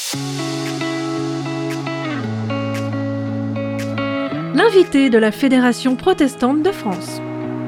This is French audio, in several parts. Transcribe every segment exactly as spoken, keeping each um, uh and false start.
L'invité de la Fédération protestante de France.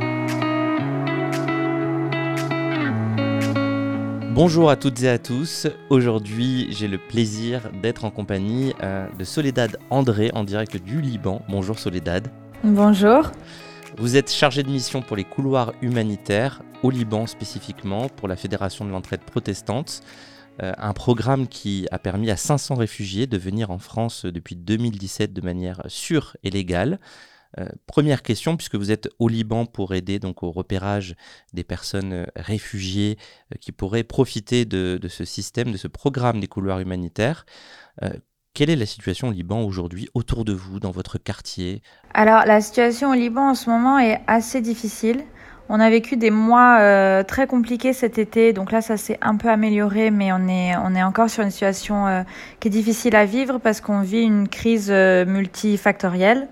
Bonjour à toutes et à tous. Aujourd'hui, j'ai le plaisir d'être en compagnie euh, de Soledad André en direct du Liban. Bonjour Soledad. Bonjour. Vous êtes chargée de mission pour les couloirs humanitaires au Liban spécifiquement pour la Fédération de l'entraide protestante. Euh, un programme qui a permis à cinq cents réfugiés de venir en France depuis deux mille dix-sept de manière sûre et légale. Euh, première question, puisque vous êtes au Liban pour aider donc au repérage des personnes réfugiées euh, qui pourraient profiter de, de ce système, de ce programme des couloirs humanitaires. Euh, quelle est la situation au Liban aujourd'hui, autour de vous, dans votre quartier ? Alors, la situation au Liban en ce moment est assez difficile. On a vécu des mois euh, très compliqués cet été, donc là ça s'est un peu amélioré, mais on est on est encore sur une situation euh, qui est difficile à vivre parce qu'on vit une crise euh, multifactorielle,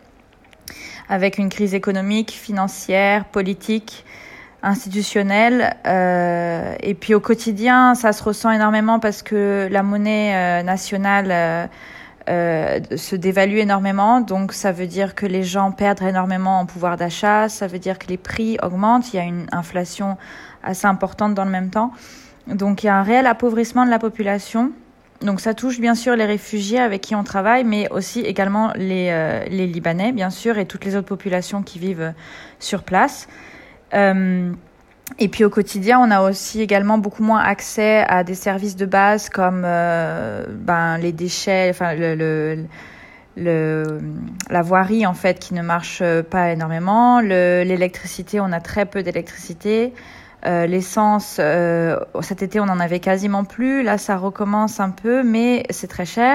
avec une crise économique, financière, politique, institutionnelle, euh, et puis au quotidien ça se ressent énormément parce que la monnaie euh, nationale euh, Euh, se dévalue énormément, donc ça veut dire que les gens perdent énormément en pouvoir d'achat, ça veut dire que les prix augmentent, il y a une inflation assez importante dans le même temps, donc il y a un réel appauvrissement de la population. Donc ça touche bien sûr les réfugiés avec qui on travaille, mais aussi également les, euh, les Libanais bien sûr et toutes les autres populations qui vivent sur place. Euh, Et puis au quotidien, on a aussi également beaucoup moins accès à des services de base comme euh, ben, les déchets, enfin le, le, le, la voirie en fait qui ne marche pas énormément. Le, l'électricité, on a très peu d'électricité. Euh, l'essence, euh, cet été, on en avait quasiment plus. Là, ça recommence un peu, mais c'est très cher.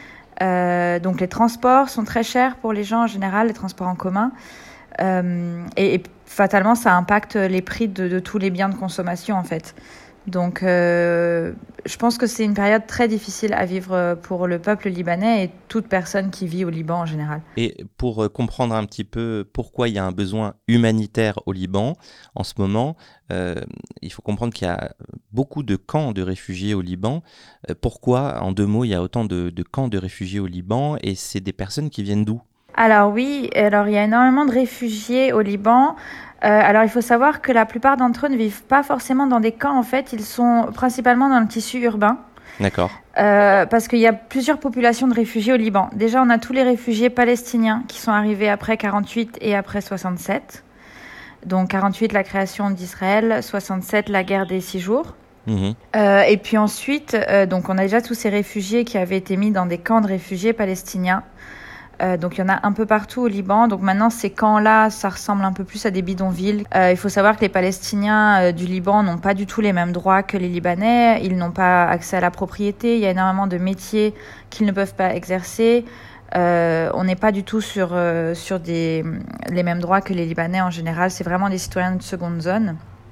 Euh, donc les transports sont très chers pour les gens en général, les transports en commun. Euh, et, et fatalement, ça impacte les prix de, de tous les biens de consommation, en fait. Donc, euh, je pense que c'est une période très difficile à vivre pour le peuple libanais et toute personne qui vit au Liban en général. Et pour comprendre un petit peu pourquoi il y a un besoin humanitaire au Liban en ce moment, euh, il faut comprendre qu'il y a beaucoup de camps de réfugiés au Liban. Euh, pourquoi, en deux mots, il y a autant de, de camps de réfugiés au Liban et c'est des personnes qui viennent d'où ? Alors oui, alors il y a énormément de réfugiés au Liban. Euh, alors il faut savoir que la plupart d'entre eux ne vivent pas forcément dans des camps. En fait, ils sont principalement dans le tissu urbain. D'accord. Euh, parce qu'il y a plusieurs populations de réfugiés au Liban. Déjà, on a tous les réfugiés palestiniens qui sont arrivés après quarante-huit et après soixante-sept. Donc quarante-huit, la création d'Israël, soixante-sept, la guerre des six jours. Mmh. Euh, et puis ensuite, euh, donc on a déjà tous ces réfugiés qui avaient été mis dans des camps de réfugiés palestiniens. Euh, donc il y en a un peu partout au Liban. Donc maintenant ces camps-là, ça ressemble un peu plus à des bidonvilles. Euh, il faut savoir que les Palestiniens euh, du Liban n'ont pas du tout les mêmes droits que les Libanais. Ils n'ont pas accès à la propriété. Il y a énormément de métiers qu'ils ne peuvent pas exercer. Euh, on n'est pas du tout sur euh, sur des les mêmes droits que les Libanais en général. C'est vraiment des citoyens de seconde zone.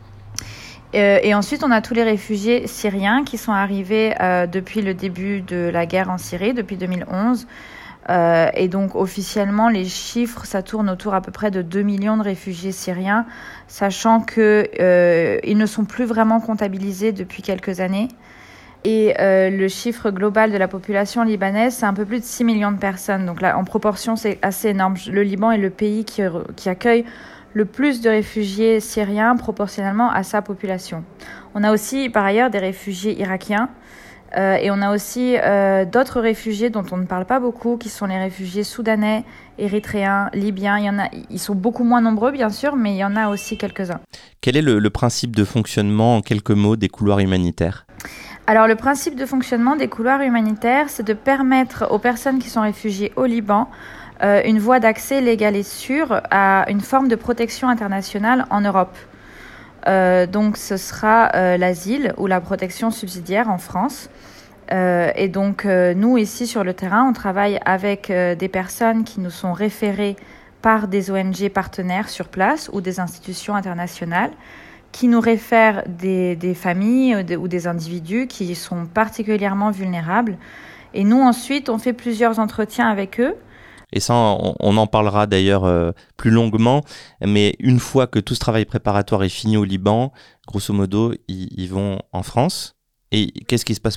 Euh, et ensuite, on a tous les réfugiés syriens qui sont arrivés euh, depuis le début de la guerre en Syrie, depuis deux mille onze. Euh, et donc officiellement les chiffres ça tourne autour à peu près de deux millions de réfugiés syriens, sachant que euh, ils ne sont plus vraiment comptabilisés depuis quelques années. Et euh, le chiffre global de la population libanaise, c'est un peu plus de six millions de personnes. Donc là, en proportion, c'est assez énorme. Le Liban est le pays qui, qui accueille le plus de réfugiés syriens proportionnellement à sa population. On a aussi par ailleurs des réfugiés irakiens. Euh, et on a aussi euh, d'autres réfugiés dont on ne parle pas beaucoup, qui sont les réfugiés soudanais, érythréens, libyens. Il y en a, ils sont beaucoup moins nombreux, bien sûr, mais il y en a aussi quelques-uns. Quel est le, le principe de fonctionnement, en quelques mots, des couloirs humanitaires ? Alors, le principe de fonctionnement des couloirs humanitaires, c'est de permettre aux personnes qui sont réfugiées au Liban euh, une voie d'accès légale et sûre à une forme de protection internationale en Europe. Euh, donc, ce sera euh, l'asile ou la protection subsidiaire en France. Euh, et donc, euh, nous, ici, sur le terrain, on travaille avec euh, des personnes qui nous sont référées par des O N G partenaires sur place ou des institutions internationales qui nous réfèrent des, des familles ou des individus qui sont particulièrement vulnérables. Et nous, ensuite, on fait plusieurs entretiens avec eux. Et ça, on, on en parlera d'ailleurs euh, plus longuement, mais une fois que tout ce travail préparatoire est fini au Liban, grosso modo, ils, ils vont en France. Et qu'est-ce qui se passe pour eux là-bas ?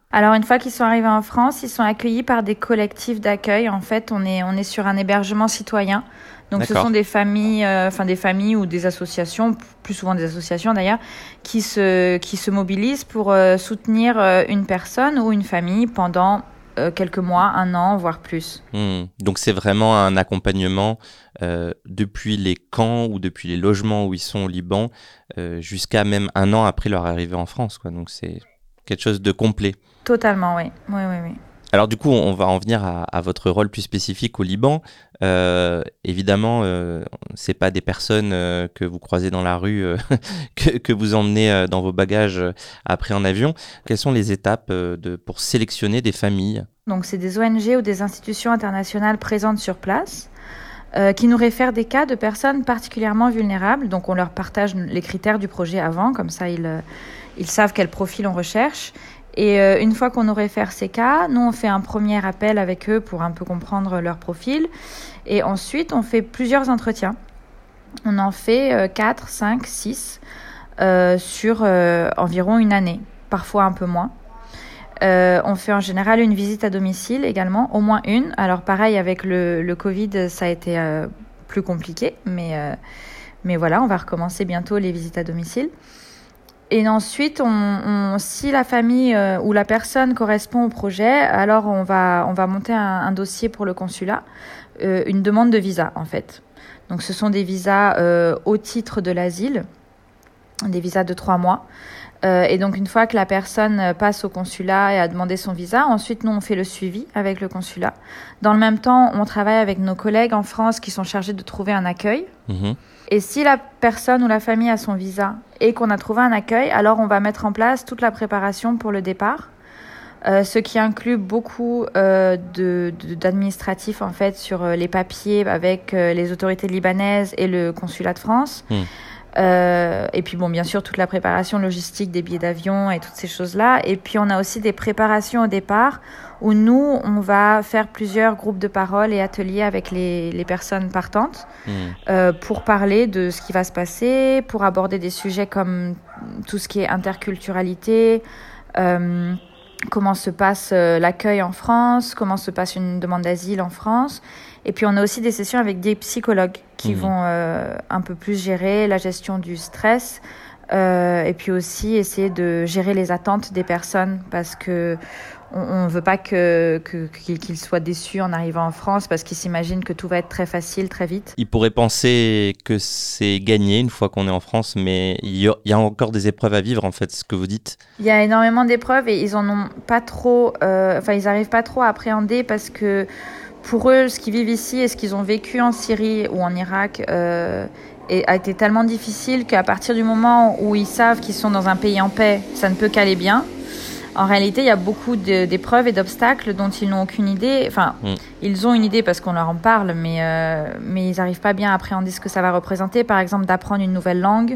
Alors une fois qu'ils sont arrivés en France, ils sont accueillis par des collectifs d'accueil. En fait, on est on est sur un hébergement citoyen. Donc D'accord. ce sont des familles, euh, enfin des familles ou des associations, plus souvent des associations d'ailleurs, qui se qui se mobilisent pour euh, soutenir euh, une personne ou une famille pendant euh, quelques mois, un an, voire plus. Mmh. Donc c'est vraiment un accompagnement euh, depuis les camps ou depuis les logements où ils sont au Liban euh, jusqu'à même un an après leur arrivée en France, quoi. Donc c'est quelque chose de complet. Totalement, oui, oui, oui, oui. Alors du coup, on va en venir à, à votre rôle plus spécifique au Liban. Euh, évidemment, euh, c'est pas des personnes euh, que vous croisez dans la rue, euh, que, que vous emmenez euh, dans vos bagages euh, après en avion. Quelles sont les étapes euh, de, pour sélectionner des familles ? Donc c'est des O N G ou des institutions internationales présentes sur place euh, qui nous réfèrent des cas de personnes particulièrement vulnérables. Donc on leur partage les critères du projet avant, comme ça ils, euh, ils savent quel profil on recherche. Et euh, une fois qu'on nous réfère ces cas, nous on fait un premier appel avec eux pour un peu comprendre leur profil. Et ensuite on fait plusieurs entretiens. On en fait euh, quatre, cinq, six euh, sur euh, environ une année, parfois un peu moins. Euh, on fait en général une visite à domicile également, au moins une. Alors pareil, avec le, le Covid, ça a été euh, plus compliqué, mais, euh, mais voilà, on va recommencer bientôt les visites à domicile. Et ensuite, on, on, si la famille euh, ou la personne correspond au projet, alors on va, on va monter un, un dossier pour le consulat, euh, une demande de visa en fait. Donc ce sont des visas euh, au titre de l'asile, des visas de trois mois. Euh, et donc une fois que la personne passe au consulat et a demandé son visa, ensuite nous on fait le suivi avec le consulat. Dans le même temps, on travaille avec nos collègues en France qui sont chargés de trouver un accueil. Mmh. Et si la personne ou la famille a son visa et qu'on a trouvé un accueil, alors on va mettre en place toute la préparation pour le départ, euh, ce qui inclut beaucoup euh, de, de, d'administratifs en fait sur euh, les papiers avec euh, les autorités libanaises et le consulat de France. Mmh. Euh, et puis bon, bien sûr, toute la préparation logistique des billets d'avion et toutes ces choses-là. Et puis on a aussi des préparations au départ où nous, on va faire plusieurs groupes de parole et ateliers avec les, les personnes partantes mmh. euh, pour parler de ce qui va se passer, pour aborder des sujets comme tout ce qui est interculturalité, euh, comment se passe euh, l'accueil en France, comment se passe une demande d'asile en France. Et puis on a aussi des sessions avec des psychologues qui mmh. vont euh, un peu plus gérer la gestion du stress euh, et puis aussi essayer de gérer les attentes des personnes parce que on ne veut pas que, que, qu'ils soient déçus en arrivant en France parce qu'ils s'imaginent que tout va être très facile, très vite. Ils pourraient penser que c'est gagné une fois qu'on est en France, mais il y a, il y a encore des épreuves à vivre, en fait, ce que vous dites. Il y a énormément d'épreuves et ils en ont pas trop, euh, enfin, ils n'arrivent pas trop à appréhender parce que pour eux, ce qu'ils vivent ici et ce qu'ils ont vécu en Syrie ou en Irak euh, a été tellement difficile qu'à partir du moment où ils savent qu'ils sont dans un pays en paix, ça ne peut qu'aller bien. En réalité, il y a beaucoup de, d'épreuves et d'obstacles dont ils n'ont aucune idée. Enfin, mmh. ils ont une idée parce qu'on leur en parle, mais, euh, mais ils n'arrivent pas bien à appréhender ce que ça va représenter. Par exemple, d'apprendre une nouvelle langue.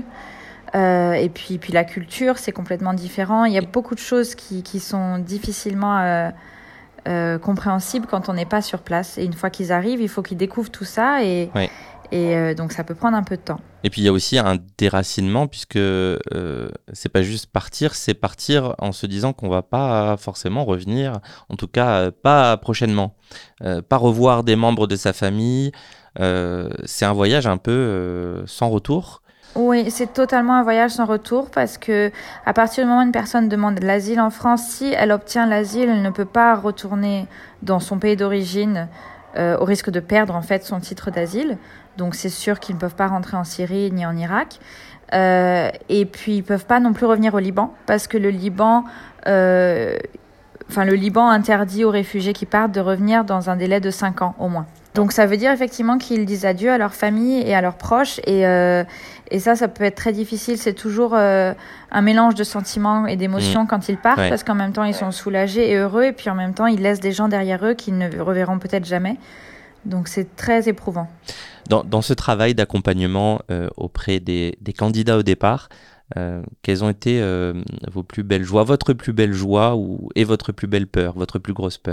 Euh, et puis, puis la culture, c'est complètement différent. Il y a beaucoup de choses qui, qui sont difficilement euh, euh, compréhensibles quand on n'est pas sur place. Et une fois qu'ils arrivent, il faut qu'ils découvrent tout ça. Et, ouais. et euh, donc, ça peut prendre un peu de temps. Et puis il y a aussi un déracinement puisque euh, c'est pas juste partir, c'est partir en se disant qu'on va pas forcément revenir, en tout cas pas prochainement, euh, pas revoir des membres de sa famille. Euh, c'est un voyage un peu euh, sans retour. Oui, c'est totalement un voyage sans retour parce que à partir du moment où une personne demande l'asile en France, si elle obtient l'asile, elle ne peut pas retourner dans son pays d'origine euh, au risque de perdre en fait son titre d'asile. Donc c'est sûr qu'ils ne peuvent pas rentrer en Syrie ni en Irak. Euh, et puis ils peuvent pas non plus revenir au Liban parce que le Liban, euh, enfin le Liban interdit aux réfugiés qui partent de revenir dans un délai de cinq ans au moins. Donc ça veut dire effectivement qu'ils disent adieu à leur famille et à leurs proches et euh, et ça ça peut être très difficile. C'est toujours euh, un mélange de sentiments et d'émotions mmh. quand ils partent ouais. parce qu'en même temps ils sont soulagés et heureux et puis en même temps ils laissent des gens derrière eux qu'ils ne reverront peut-être jamais. Donc c'est très éprouvant. Dans, dans ce travail d'accompagnement euh, auprès des, des candidats au départ, euh, quelles ont été euh, vos plus belles joies, votre plus belle joie ou, et votre plus belle peur, votre plus grosse peur ?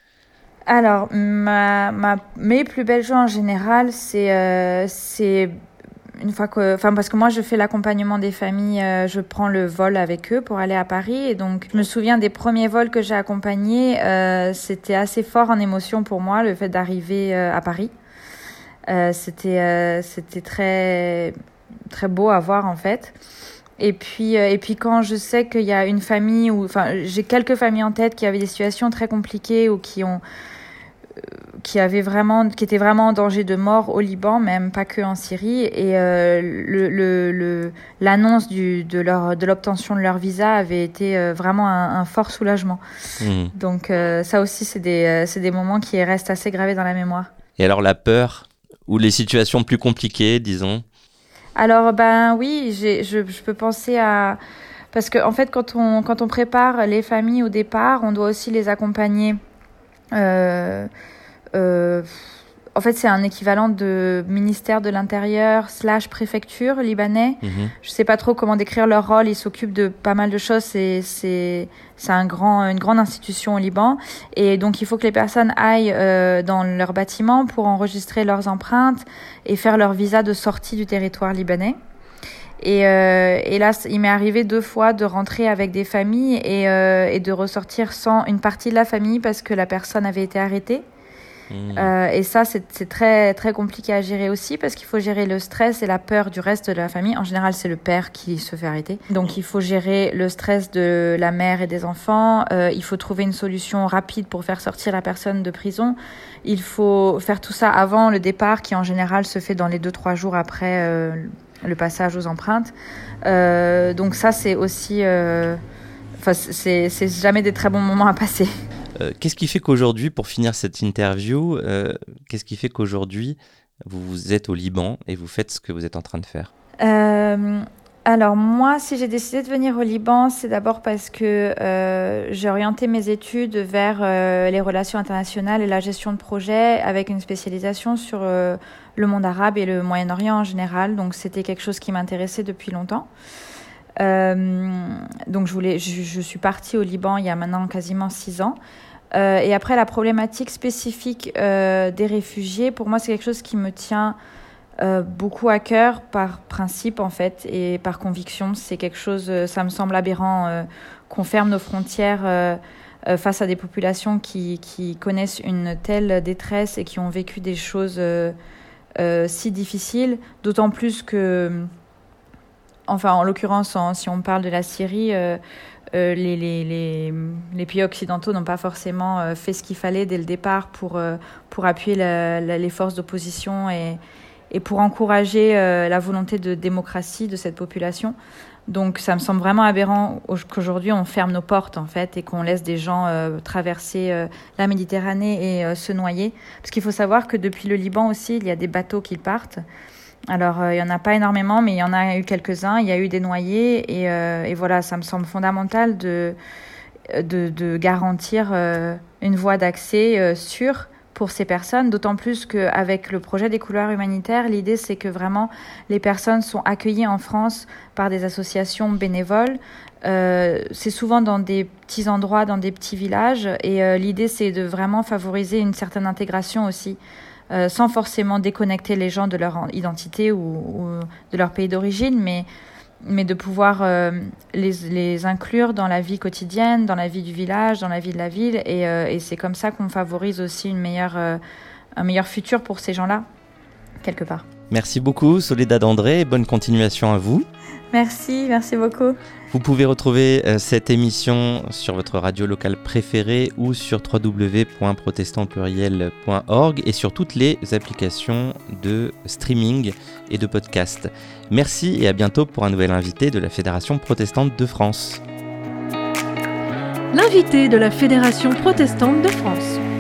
Alors, ma, ma, mes plus belles joies en général, c'est, euh, c'est une fois que, enfin parce que moi je fais l'accompagnement des familles, euh, je prends le vol avec eux pour aller à Paris et donc je me souviens des premiers vols que j'ai accompagnés, euh, c'était assez fort en émotion pour moi le fait d'arriver euh, à Paris. Euh, c'était euh, c'était très très beau à voir en fait. Et puis euh, et puis quand je sais qu'il y a une famille ou enfin j'ai quelques familles en tête qui avaient des situations très compliquées ou qui ont qui avait vraiment, qui était vraiment en danger de mort au Liban, même pas que en Syrie. Et euh, le, le, le, l'annonce du, de, leur, de l'obtention de leur visa avait été euh, vraiment un, un fort soulagement. Mmh. Donc euh, ça aussi, c'est des, euh, c'est des moments qui restent assez gravés dans la mémoire. Et alors la peur ou les situations plus compliquées, disons? Alors ben oui, j'ai, je, je peux penser à... Parce qu'en en fait, quand on, quand on prépare les familles au départ, on doit aussi les accompagner. Euh, euh, en fait, c'est un équivalent de ministère de l'Intérieur slash préfecture libanais. Mmh. Je sais pas trop comment décrire leur rôle. Ils s'occupent de pas mal de choses. C'est, c'est, c'est un grand, une grande institution au Liban. Et donc, il faut que les personnes aillent euh, dans leur bâtiment pour enregistrer leurs empreintes et faire leur visa de sortie du territoire libanais. Et, euh, et là, il m'est arrivé deux fois de rentrer avec des familles et, euh, et de ressortir sans une partie de la famille parce que la personne avait été arrêtée. Mmh. Euh, et ça, c'est, c'est très, très compliqué à gérer aussi parce qu'il faut gérer le stress et la peur du reste de la famille. En général, c'est le père qui se fait arrêter. Donc, il faut gérer le stress de la mère et des enfants. Euh, il faut trouver une solution rapide pour faire sortir la personne de prison. Il faut faire tout ça avant le départ qui, en général, se fait dans les deux, trois jours après euh, le passage aux empreintes. Euh, donc ça, c'est aussi... Euh, enfin, c'est, c'est jamais des très bons moments à passer. Euh, qu'est-ce qui fait qu'aujourd'hui, pour finir cette interview, euh, qu'est-ce qui fait qu'aujourd'hui, vous êtes au Liban et vous faites ce que vous êtes en train de faire? euh, Alors moi, si j'ai décidé de venir au Liban, c'est d'abord parce que euh, j'ai orienté mes études vers euh, les relations internationales et la gestion de projets avec une spécialisation sur euh, le monde arabe et le Moyen-Orient en général. Donc c'était quelque chose qui m'intéressait depuis longtemps. Euh, donc je, voulais, je, je suis partie au Liban il y a maintenant quasiment six ans. Euh, et après, la problématique spécifique euh, des réfugiés, pour moi, c'est quelque chose qui me tient euh, beaucoup à cœur par principe, en fait, et par conviction. C'est quelque chose, euh, ça me semble aberrant euh, qu'on ferme nos frontières euh, euh, face à des populations qui, qui connaissent une telle détresse et qui ont vécu des choses euh, euh, si difficiles, d'autant plus que... Enfin, en l'occurrence, en, si on parle de la Syrie, euh, euh, les, les, les, les pays occidentaux n'ont pas forcément euh, fait ce qu'il fallait dès le départ pour, euh, pour appuyer la, la, les forces d'opposition et, et pour encourager euh, la volonté de démocratie de cette population. Donc, ça me semble vraiment aberrant qu'aujourd'hui, on ferme nos portes, en fait, et qu'on laisse des gens euh, traverser euh, la Méditerranée et euh, se noyer. Parce qu'il faut savoir que depuis le Liban aussi, il y a des bateaux qui partent. Alors, euh, il n'y en a pas énormément, mais il y en a eu quelques-uns. Il y a eu des noyés. Et, euh, et voilà, ça me semble fondamental de, de, de garantir euh, une voie d'accès euh, sûre pour ces personnes. D'autant plus qu'avec le projet des couloirs humanitaires, l'idée, c'est que vraiment, les personnes sont accueillies en France par des associations bénévoles. Euh, c'est souvent dans des petits endroits, dans des petits villages. Et euh, l'idée, c'est de vraiment favoriser une certaine intégration aussi. Euh, sans forcément déconnecter les gens de leur identité ou, ou de leur pays d'origine, mais, mais de pouvoir euh, les, les inclure dans la vie quotidienne, dans la vie du village, dans la vie de la ville. Et, euh, et c'est comme ça qu'on favorise aussi une meilleure, euh, un meilleur futur pour ces gens-là, quelque part. Merci beaucoup, Soledad André, et bonne continuation à vous. Merci, merci beaucoup. Vous pouvez retrouver euh, cette émission sur votre radio locale préférée ou sur w w w point protestant pluriel point org et sur toutes les applications de streaming et de podcast. Merci et à bientôt pour un nouvel invité de la Fédération protestante de France. L'invité de la Fédération protestante de France.